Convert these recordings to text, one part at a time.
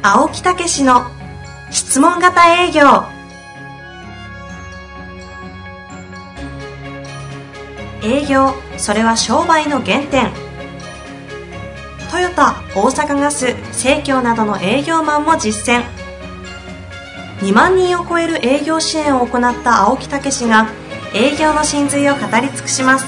青木武の質問型営業。営業、それは商売の原点。トヨタ、大阪ガス、生協などの営業マンも実践。2万人を超える営業支援を行った青木武が営業の真髄を語り尽くします。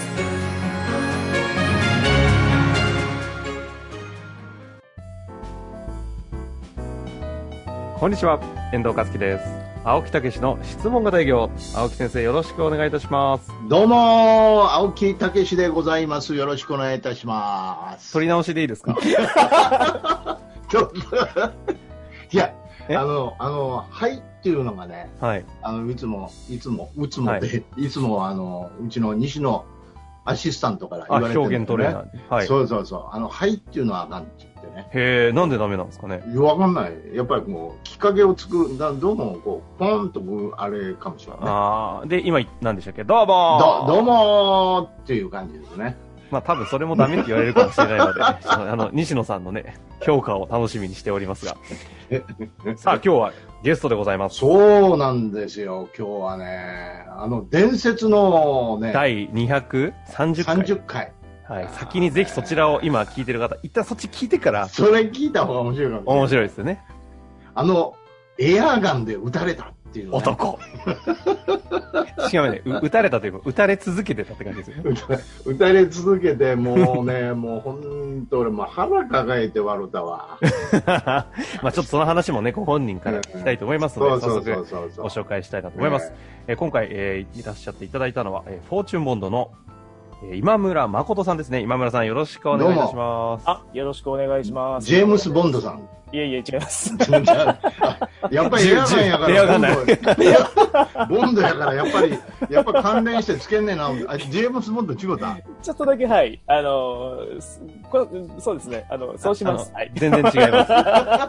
こんにちは、遠藤和樹です。青木武の質問型営業。青木先生、よろしくお願いいたします。 どうも、青木武でございます。よろしくお願いいたします。 取り直しでいいですか？ ちょっといや、はいっていうのがね、 はい。 いつもはいで、いつもうちの西野アシスタントから言われてるんですよね。 表現トレーナーに。はい。 そうそうそう。はいっていうのはあかんって言ってね。 へえ、なんでダメなんですかね。 わかんない。やっぱりこう、きっかけを作る、どうもこう、ポンとあれかもしれない、ね。 ああ、で、今、何でしたっけ？どうもーどうもーっていう感じですね。 まあ多分それもダメって言われるかもしれないので、西野さんのね、評価を楽しみにしておりますが。さあ今日はゲストでございます。 そうなんですよ。今日はね、伝説のね、 第230回。 30回。 はい。先にぜひそちらを今聞いてる方、一旦そっち聞いてから。 それ聞いた方が面白いかもしれない。 面白いですよね。 エアガンで撃たれたっていう、ね。 男。違うね。撃たれたというか、撃たれ続けてたって感じですよね。 撃たれ続けて、もうね、もうほんと俺も腹抱えて笑ったわ。 まあちょっとその話もね、ご本人から聞きたいと思いますので、早速ご紹介したいなと思います。今回、いらっしゃっていただいたのは、フォーチュンボンドの今村誠さんですね。今村さんよろしくお願いいたします。 よろしくお願いします。 ジェームス・ボンドさん。 いえ、違います。 やっぱりエアガンやからボンドやからやっぱり関連してつけんねえな。ジェームス・ボンド違うた。 ちょっとだけ、はい。そうですね。そうします。はい。 全然違います。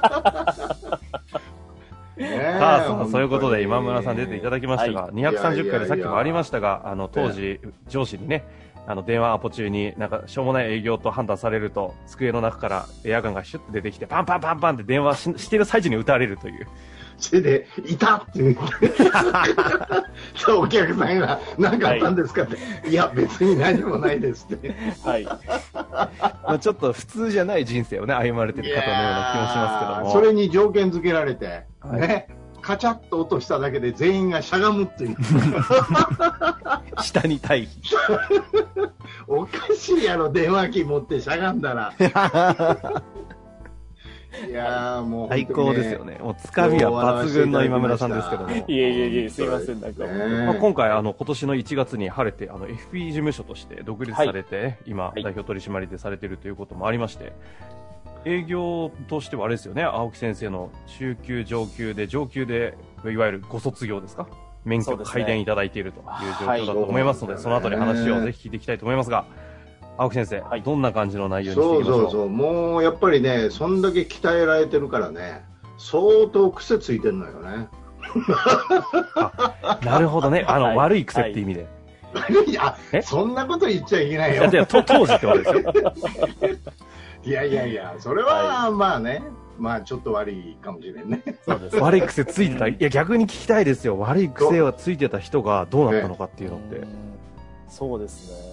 さあ、そういうことで今村さん出ていただきましたが、230回でさっきもありましたが、当時、上司にね、電話アポ中になんかしょうもない営業と判断されると、机の中からエアガンがシュッと出てきて、パンパンパンパンって電話してる最中に撃たれるという。 それで、いたって言ってお客さんが、何かあったんですかって、いや、別に何もないですって。 はい。 まあちょっと普通じゃない人生をね、歩まれてる方のような気もしますけども。 それに条件付けられて、ね、カチャッと落としただけで全員がしゃがむっていう。 下に退避。 おかしいやろ、電話機持ってしゃがんだら。いやーもう、 最高ですよね。もうつかみは抜群の今村さんですけども。 いえ、すいません、なんか。 まあ、今回今年の1月に晴れてFP 事務所として独立されて、今代表取締役されているということもありまして、営業としてはあれですよね。青木先生の中級上級で上級でいわゆるご卒業ですか。免許開伝いただいているという状況だと思いますので、その後に話をぜひ聞いていきたいと思いますが。青木先生、どんな感じの内容にしていきましょう？ そう、もうやっぱりね、そんだけ鍛えられてるからね、相当癖ついてるのよね。 なるほどね、悪い癖って意味で。 そんなこと言っちゃいけないよ。 いや当時ってことですよ。 いや、それはまあね、まあちょっと悪いかもしれんね。 そうです。悪い癖ついてた。いや逆に聞きたいですよ。悪い癖がついてた人がどうなったのかっていうのって。 そうですね。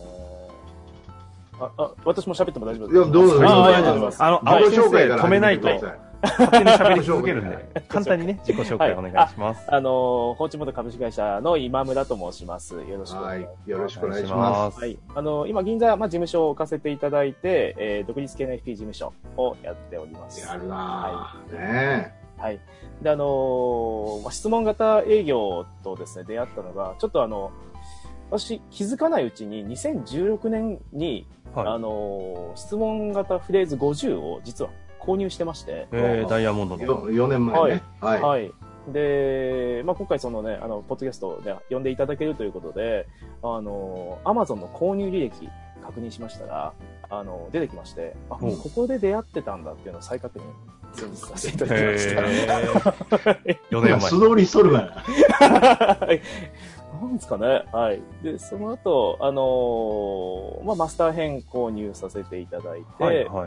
私も喋っても大丈夫ですか？いや、どうぞ。 青木先生止めないと勝手に喋り続けるんで、簡単にね、自己紹介お願いします。 フォーチュンボンド株式会社の今村と申します。よろしくお願いします。 よろしくお願いします。 はい。今、銀座、事務所を置かせていただいて、独立系の FP 事務所をやっております。 やるなぁ。ねえ。はい。で、質問型営業とですね、出会ったのが、ちょっと私、気づかないうちに2016年に、質問型フレーズ50を実は購入してまして。 ダイヤモンドの。 4年前ね。 はい。で、今回そのね、ポッドキャストで呼んでいただけるということで、Amazon の購入履歴確認しましたら、出てきまして、ここで出会ってたんだっていうのを再確認。先日させていただきました。 4年前。 素通りしとるがな。 なんですかね。はい。で、その後、マスター編購入させていただいて、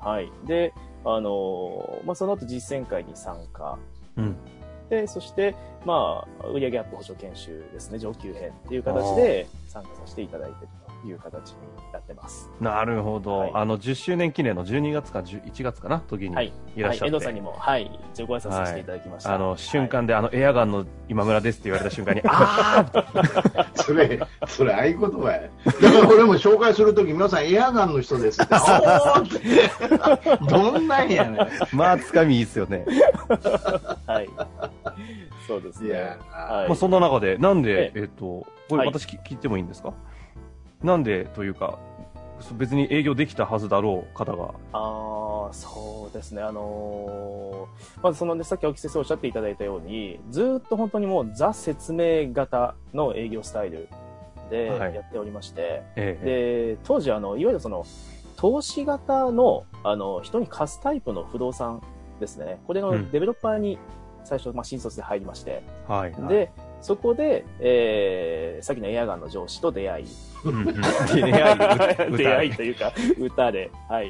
はい。で、まあ、その後実践会に参加。 うん。 で、そして、まあ、売上アップ保証研修ですね、上級編っていう形で参加させていただいているという形になってます。 なるほど。 はい、 10周年記念の12月か1月かな時にいらっしゃって。 はい、遠藤さんにも、はい、一応ご挨拶させていただきました。 瞬間で、エアガンの今村ですって言われた瞬間に、ああそれ合言葉や。だからこれも紹介するとき、皆さんエアガンの人ですって。おーって。どんなんやねん。 まあ、つかみいいっすよね。 はい。そうですね。いや、 はい、まあ、そんな中で、なんで、これ私聞いてもいいんですか？なんでというか、別に営業できたはずだろう方が。 そうですね。まずそのね、さっき青木先生おっしゃっていただいたように、ずっと本当にもうザ説明型の営業スタイルでやっておりまして、で、当時いわゆるその、投資型の、人に貸すタイプの不動産ですね。これのデベロッパーに最初、新卒で入りまして、で、そこで、さっきのエアガンの上司と出会い。出会いというか、歌で。はい。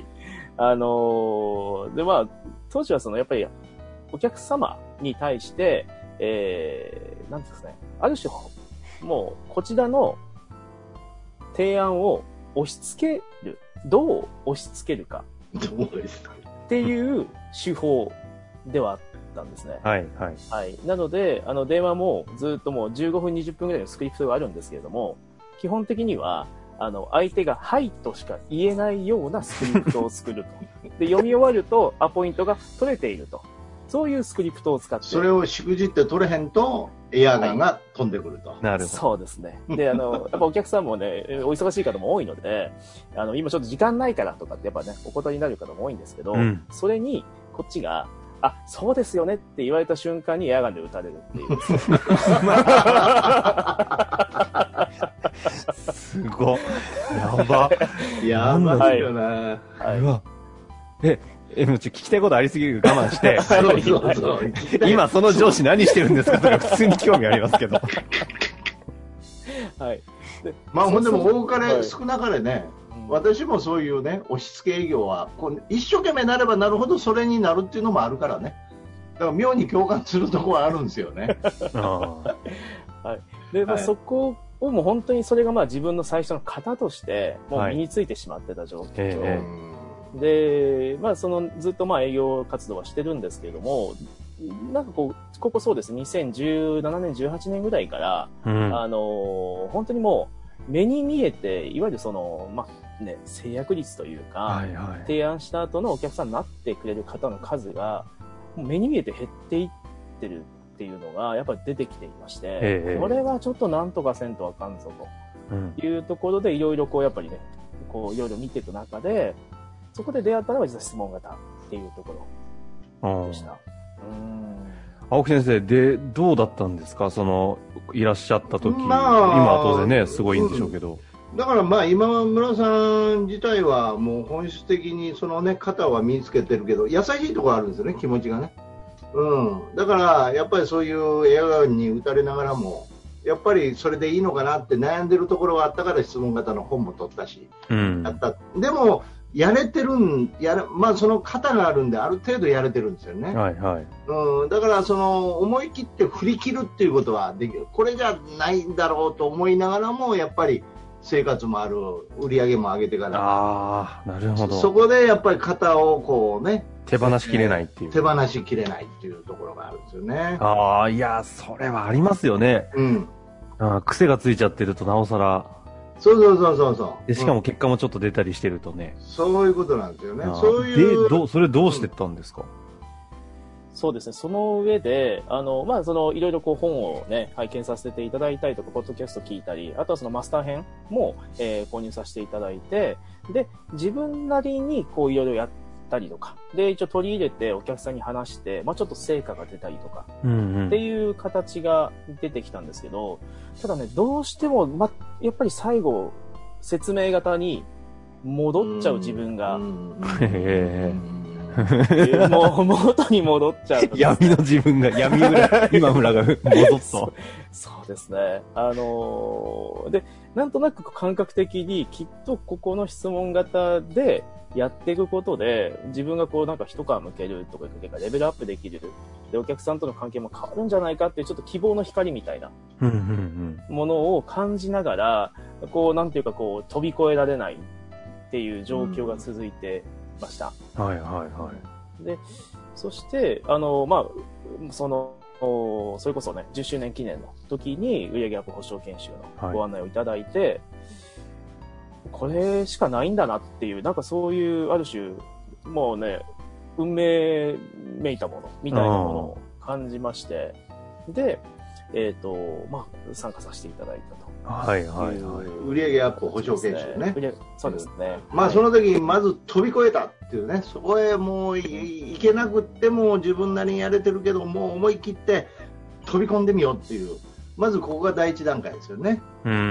で、まあ、当時はやっぱり、お客様に対して、なんですかね、ある種、もう、こちらの提案を押し付ける。どう押し付けるか。っていう手法ではあったんですね。 はい。 なので、電話もずっともう15分、20分ぐらいのスクリプトがあるんですけれども、基本的には、相手がはいとしか言えないようなスクリプトを作ると。で、読み終わるとアポイントが取れていると。そういうスクリプトを使って。 それをしくじって取れへんと、エアガンが飛んでくると。 なるほど。 そうですね。で、やっぱお客さんもね、お忙しい方も多いので、今ちょっと時間ないからとかってやっぱね、お断りになる方も多いんですけど、それに、こっちが、そうですよねって言われた瞬間にエアガンで撃たれるっていう。 すごい。やば。 やばいよな。 うわ。聞きたいことありすぎる我慢して。そう今その上司何してるんですかとか普通に興味ありますけど。 はい。 まあほんでも多かれ少なかれね、私もそういうね、押し付け営業は、一生懸命なればなるほどそれになるっていうのもあるからね。だから妙に共感するところはあるんですよね。 はい。で、そこをもう本当にそれが自分の最初の型として、もう身についてしまってた状況。で、ずっと営業活動はしてるんですけれども、なんかここそうです。2017年、18年ぐらいから、本当にもう、目に見えて、いわゆる制約率というか、提案した後のお客さんになってくれる方の数が、目に見えて減っていってるっていうのが、やっぱり出てきていまして、これはちょっとなんとかせんとあかんぞというところで、いろいろやっぱりね、いろいろ見ていく中で、そこで出会ったのが実は質問型っていうところでした。 青木先生でどうだったんですか、いらっしゃった時。今は当然ねすごいんでしょうけど。 だから今村さん自体はもう本質的に肩は身につけてるけど優しいところあるんですよね、気持ちがね。だからやっぱりそういうエアガンに打たれながらもやっぱりそれでいいのかなって悩んでるところがあったから質問型の本も取ったし、でもやれてるその型があるんである程度やれてるんですよね。だから思い切って振り切るっていうことはできる。これじゃないんだろうと思いながらもやっぱり生活もある、売り上げも上げてから。 なるほど。 そこでやっぱり型を手放しきれないっていう。 手放しきれないっていうところがあるんですよね。 いや、それはありますよね。癖がついちゃってるとなおさら。 そうでしかも結果もちょっと出たりしてるとね。 そういうことなんですよね。 それどうしてったんですか？ そうですね。その上で、いろいろ本をね、拝見させていただいたりとか、ポッドキャスト聞いたり、あとはマスター編も、購入させていただいて、で、自分なりにいろいろやったりとか、で、一応取り入れてお客さんに話して、ちょっと成果が出たりとか、っていう形が出てきたんですけど、ただね、どうしても、やっぱり最後、説明型に戻っちゃう自分が、もう元に戻っちゃう。 闇の自分が、今村が戻った。 そうですね。で、なんとなく感覚的にきっとここの質問型でやっていくことで、自分がこうなんか一皮向けるとか、レベルアップできる。で、お客さんとの関係も変わるんじゃないかっていう、ちょっと希望の光みたいなものを感じながら、こう、なんていうかこう、飛び越えられないっていう状況が続いてました。 はいはいはい。 で、そして、まあ、それこそね、10周年記念の時に売上アップ保証研修のご案内をいただいて、これしかないんだなっていう、なんかそういう、ある種、もうね、運命めいたもの、みたいなものを感じまして、で、まあ、参加させていただいたと。 はいはいはい。 売上アップ保証研修ね。 そうですね。 まあ、その時にまず飛び越えたっていうね、そこへもう行けなくっても自分なりにやれてるけど、もう思い切って飛び込んでみようっていう、まずここが第一段階ですよね。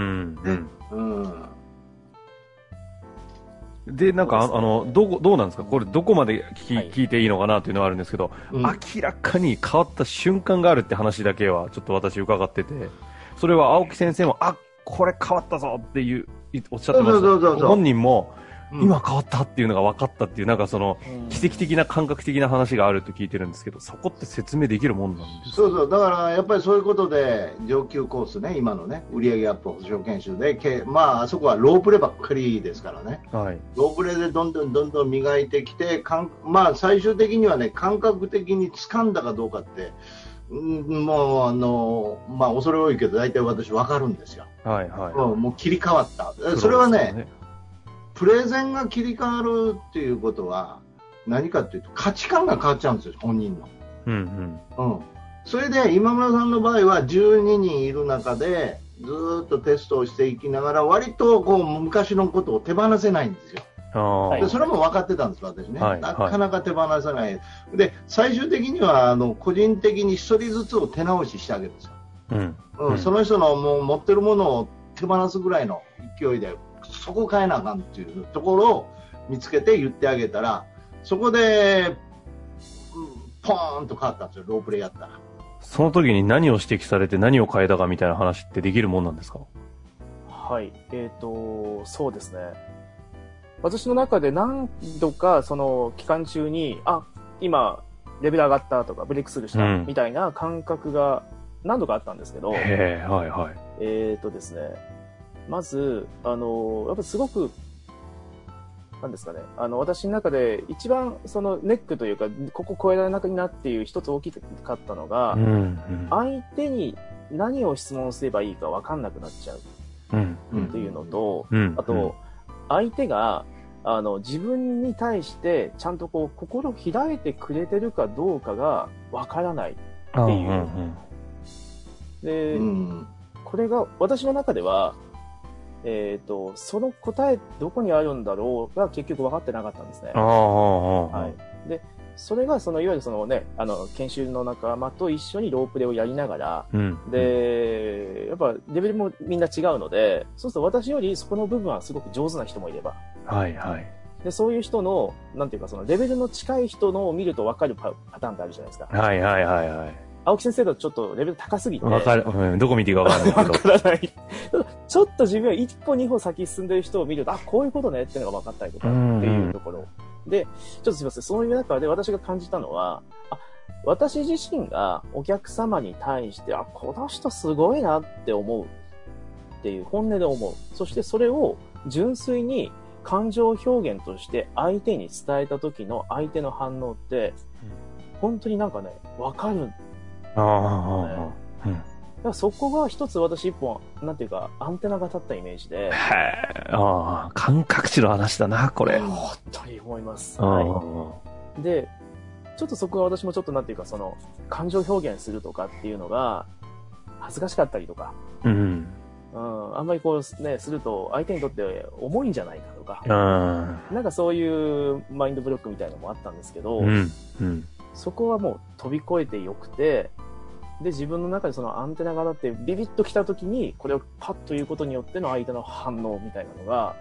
で、なんか、どうなんですかこれ、どこまで聞いていいのかなというのはあるんですけど、明らかに変わった瞬間があるって話だけは、ちょっと私伺ってて、それは青木先生も、これ変わったぞっていう、おっしゃってました。本人も、今変わったっていうのが分かったっていう、なんかその、奇跡的な感覚的な話があると聞いてるんですけど、そこって説明できるもんなんですか？ そうそう、だからやっぱりそういうことで、上級コースね、今のね、売上アップ保証研修で、まあ、あそこはロープレばっかりですからね、 はい、 ロープレでどんどん磨いてきて、まあ、最終的にはね、感覚的に掴んだかどうかって、もうまあ、恐れ多いけど、大体私分かるんですよ。 はいはい、 もう切り替わった。それはね、プレゼンが切り替わるっていうことは何かというと価値観が変わっちゃうんですよ、本人の。それで今村さんの場合は12人いる中でずっとテストをしていきながら割とこう昔のことを手放せないんですよ。でそれも分かってたんです、私ね、なかなか手放せない。で最終的には個人的に1人ずつを手直ししてあげるんですよ。その人のもう持ってるものを手放すぐらいの勢いでそこを変えなあかんっていうところを見つけて言ってあげたら、そこでポーンと変わったんですよ、ロープレイやったら。 その時に何を指摘されて何を変えたかみたいな話ってできるもんなんですか？ はい、そうですね。私の中で何度かその期間中に、今レベル上がったとかブレイクスルーしたみたいな感覚が何度かあったんですけど、ですね、まず、やっぱすごく、なんですかね、私の中で一番そのネックというか、ここ超えられなくなっていう一つ大きかったのが、相手に何を質問すればいいか分かんなくなっちゃうっていうのと、あと、相手が、自分に対してちゃんとこう、心を開いてくれてるかどうかが分からないっていう。で、これが私の中では、その答えどこにあるんだろうが結局分かってなかったんですね。で、それがいわゆるそのね、研修の仲間と一緒にロープレをやりながら、で、やっぱレベルもみんな違うので、そうすると私よりそこの部分はすごく上手な人もいれば、で、そういう人の、なんていうかそのレベルの近い人のを見ると分かるパターンってあるじゃないですか。青木先生だとちょっとレベル高すぎて。 どこ見ていいか分からないけど。 分からない。ちょっと自分は一歩二歩先進んでる人を見ると、こういうことねっていうのが分かったりとかっていうところ。で、ちょっとすいません。そういう中で私が感じたのは、私自身がお客様に対して、この人すごいなって思うっていう、本音で思う。そしてそれを純粋に感情表現として相手に伝えた時の相手の反応って、本当になんかね、分かる。だからそこが一つ私一本、なんていうか、アンテナが立ったイメージで。 感覚値の話だな、これ。 本当に思います。で、ちょっとそこは私もちょっとなんていうか、その、感情表現するとかっていうのが、恥ずかしかったりとか、あんまりこうね、すると相手にとって重いんじゃないかとか、なんかそういうマインドブロックみたいなのもあったんですけど、そこはもう飛び越えてよくて、で、自分の中でそのアンテナが立ってビビッと来た時に、これをパッと言うことによっての相手の反応みたいなのが、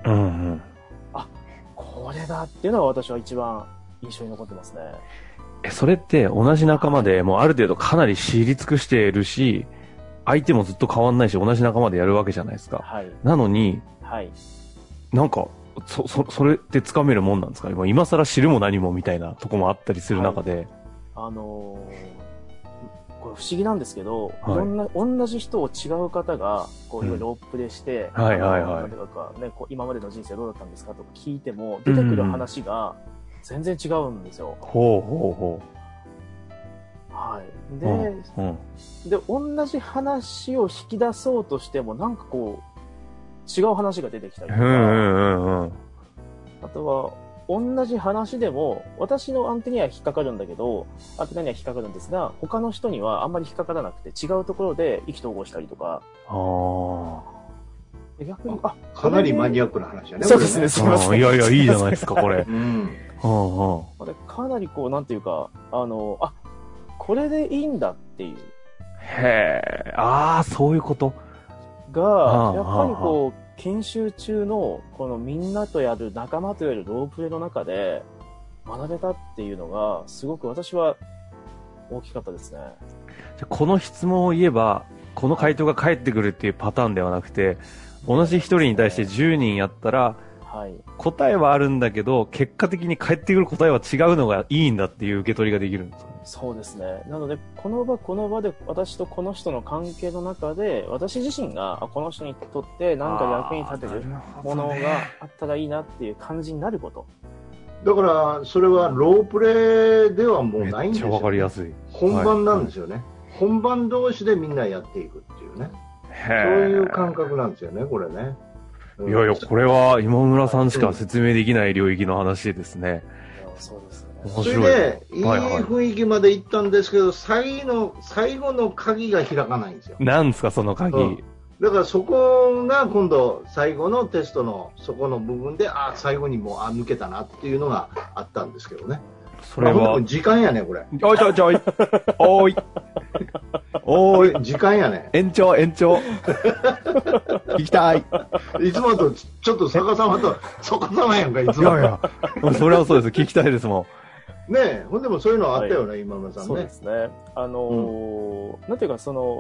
これだっていうのが私は一番印象に残ってますね。 それって同じ仲間でもうある程度かなり知り尽くしているし、相手もずっと変わんないし、同じ仲間でやるわけじゃないですか。なのに、なんかそれって掴めるもんなんですかね。今更知るも何もみたいなとこもあったりする中で。 これ不思議なんですけど、 はい、 いろんな、同じ人を違う方が、こう、いろいろロープレイして、 はいはいはい。 なんていうかね、今までの人生どうだったんですかとか聞いても、出てくる話が全然違うんですよ。 ほうほうほう。はい。で、同じ話を引き出そうとしても、なんかこう、違う話が出てきたりとか、あとは、同じ話でも、私のアンテナには引っかかるんだけど、アンテナには引っかかるんですが、他の人にはあんまり引っかからなくて、違うところで意気投合したりとか。逆に、 かなりマニアックな話だね。 そうですね、すみません。 いやいや、いいじゃないですか、これ。 かなりこう、なんていうか、これでいいんだっていう。 へえ、そういうことが、やっぱりこう、研修中の、このみんなとやる、仲間とやるロープレの中で、学べたっていうのが、すごく私は大きかったですね。 じゃこの質問を言えば、この回答が返ってくるっていうパターンではなくて、同じ一人に対して10人やったら、 はい、 答えはあるんだけど、結果的に返ってくる答えは違うのがいいんだっていう受け取りができるんですかね。 そうですね。なので、この場で私とこの人の関係の中で、私自身が、この人にとって何か役に立てるものがあったらいいなっていう感じになること。 だから、それはロープレイではもうないんですよ、ね。 めっちゃわかりやすい。 本番なんですよね。本番同士でみんなやっていくっていうね。そういう感覚なんですよね、これね。 いやいや、これは今村さんしか説明できない領域の話ですね。 そうですね。 それで、いい雰囲気まで行ったんですけど、最後の鍵が開かないんですよ。 なんですか、その鍵。 だからそこが今度、最後のテストのそこの部分で、最後にもう、抜けたなっていうのがあったんですけどね。 それは。 時間やね、これ。 おい。おい。 時間やね。 延長。聞きたい。 いつもとちょっと逆さまやんか、いつも。 いやいや、それはそうです。聞きたいですもん。ねえ、ほんでもそういうのあったよね、今村さんね。 そうですね。なんていうか、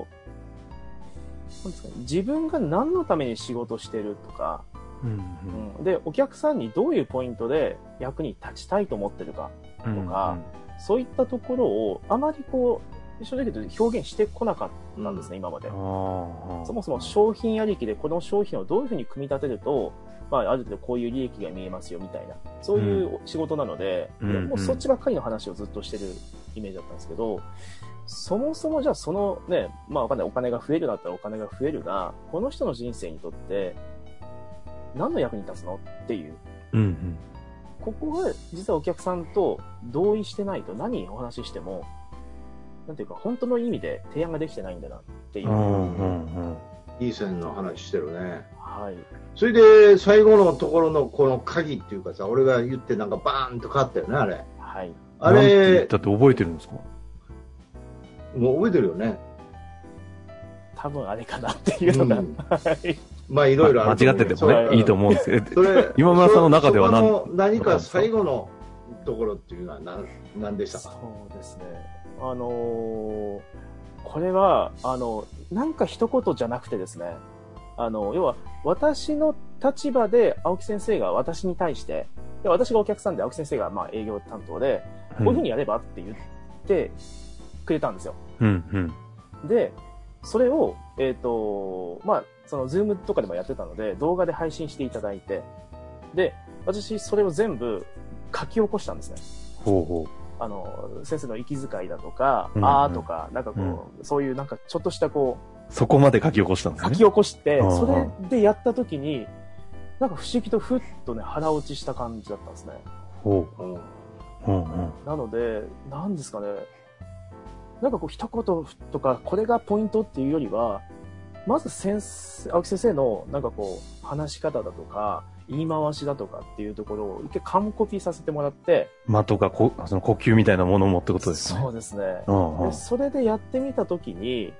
なんですかね、自分が何のために仕事してるとか、で、お客さんにどういうポイントで役に立ちたいと思ってるかとか、そういったところをあまりこう、正直言うと表現してこなかったんですね、今まで。そもそも商品ありきでこの商品をどういうふうに組み立てると、ある程度こういう利益が見えますよみたいな、そういう仕事なので、もうそっちばっかりの話をずっとしてるイメージだったんですけど、そもそもじゃあそのね、わかんない、お金が増えるだったらお金が増えるが、この人の人生にとって何の役に立つのっていう。ここが実はお客さんと同意してないと何お話ししても、なんていうか本当の意味で提案ができてないんだなっていう。 いい線の話してるね。 はい。 それで最後のところのこの鍵っていうかさ、俺が言ってなんかバーンと変わったよね、あれ。 はい。 あれ。 だって覚えてるんですか？ もう覚えてるよね。 多分あれかなっていうのが。 まあいろいろある。 間違っててもね、いいと思うんですけど。今村さんの中では何か最後のところっていうのは何でしたか？ そうですね。これは、なんか一言じゃなくてですね、要は、私の立場で青木先生が私に対して、私がお客さんで青木先生が営業担当で、こういうふうにやればって言ってくれたんですよ。で、それを、そのズームとかでもやってたので、動画で配信していただいて、で、私それを全部書き起こしたんですね。先生の息遣いだとか、とか、なんかこう、そういうなんかちょっとしたこう、 そこまで書き起こしたんですね。 書き起こして、それでやった時に、なんか不思議とふっとね、腹落ちした感じだったんですね。なので、なんですかね、なんかこう一言とか、これがポイントっていうよりは、まず青木先生のなんかこう、話し方だとか、言い回しだとかっていうところを一回完コピーさせてもらって、 間とかその呼吸みたいなものもってことですね。 そうですね。でそれでやってみたときに、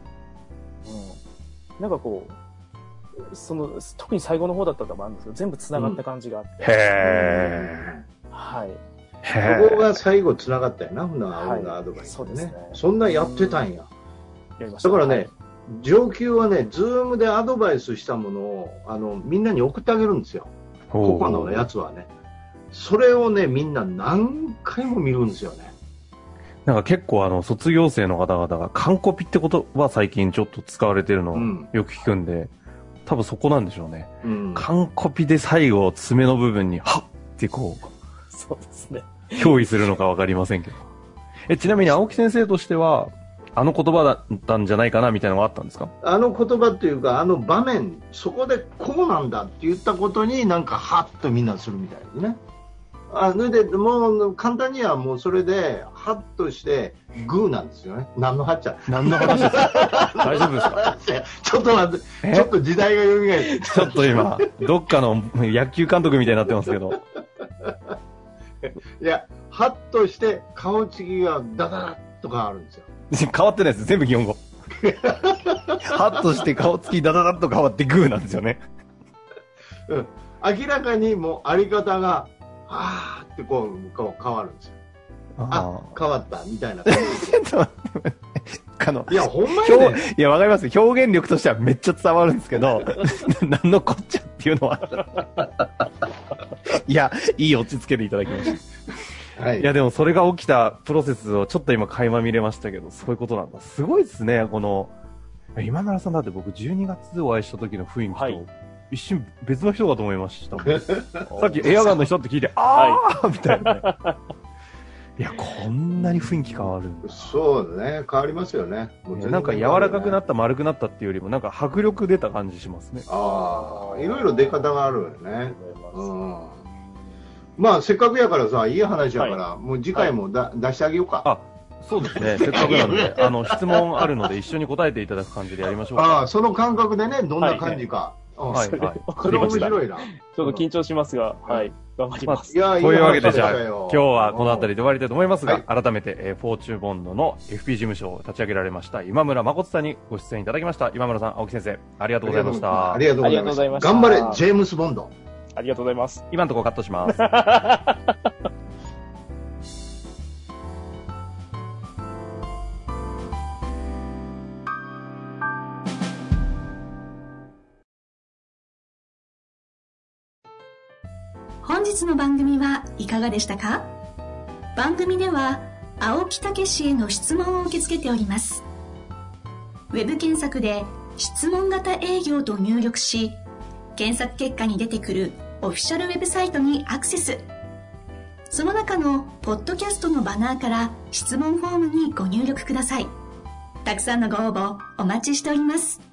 なんかこう、特に最後の方だったと思うんですけど、全部繋がった感じがあって。はい。 そこが最後繋がったよな、青のアドバイスでね。そんなやってたんや。だからね、上級はね、ズームでアドバイスしたものをみんなに送ってあげるんですよ。 ココアのやつはね。それをね、みんな何回も見るんですよね。 なんか結構卒業生の方々が完コピってことは最近ちょっと使われてるのをよく聞くんで、多分そこなんでしょうね。完コピで最後爪の部分にはっってこう、 そうですね。 憑依するのかわかりませんけど。ちなみに青木先生としては、言葉だったんじゃないかなみたいなのがあったんですか？ 言葉っていうか、場面、そこでこうなんだって言ったことになんかハッとみんなするみたいですね。それでもう簡単にはもうそれでハッとしてグーなんですよね。何の話ですか？大丈夫ですか？ ちょっと待って、ちょっと時代が蘇ってちょっと今どっかの野球監督みたいになってますけど。 いや、ハッとして顔つきがダダダッとかあるんですよ。 変わってないです。全部日本語。ハッとして顔つきダダダッと変わってグーなんですよね。 明らかにもうあり方があーってこう変わるんですよ。変わったみたいな感じで。ちょっと待って。いや、ほんまにね。 いや、わかります。表現力としてはめっちゃ伝わるんですけど、何のこっちゃっていうのは。いや、いい落ち着けていただきました。はい。いや、でもそれが起きたプロセスをちょっと今垣間見れましたけど、そういうことなんだ。すごいですね、今村さんだって僕12月お会いした時の雰囲気と、一瞬別の人かと思いました。さっきエアガンの人って聞いて、あーみたいなね。いや、こんなに雰囲気変わるんだ。 そうね、変わりますよね。 なんか柔らかくなった、丸くなったっていうよりも、なんか迫力出た感じしますね。 いろいろ出方があるよね。まあ、せっかくやからさ、いい話やから、もう次回も出してあげようか。 そうですね。せっかくなんで、質問あるので一緒に答えていただく感じでやりましょうか。 その感覚でね、どんな感じか。 はい。 それ面白いな。 ちょっと緊張しますが、はい。頑張ります。 というわけで、じゃあ、今日はこの辺りで終わりたいと思いますが、改めて、フォーチュンボンドの FP 事務所を立ち上げられました、今村誠さんにご出演いただきました。今村さん、青木先生、ありがとうございました。 ありがとうございました。頑張れ、ジェームス・ボンド。 ありがとうございます。 今のところカットします。 本日の番組はいかがでしたか？番組では青木武氏への質問を受け付けております。ウェブ検索で質問型営業と入力し、検索結果に出てくるオフィシャルウェブサイトにアクセス。その中のポッドキャストのバナーから質問フォームにご入力ください。たくさんのご応募お待ちしております。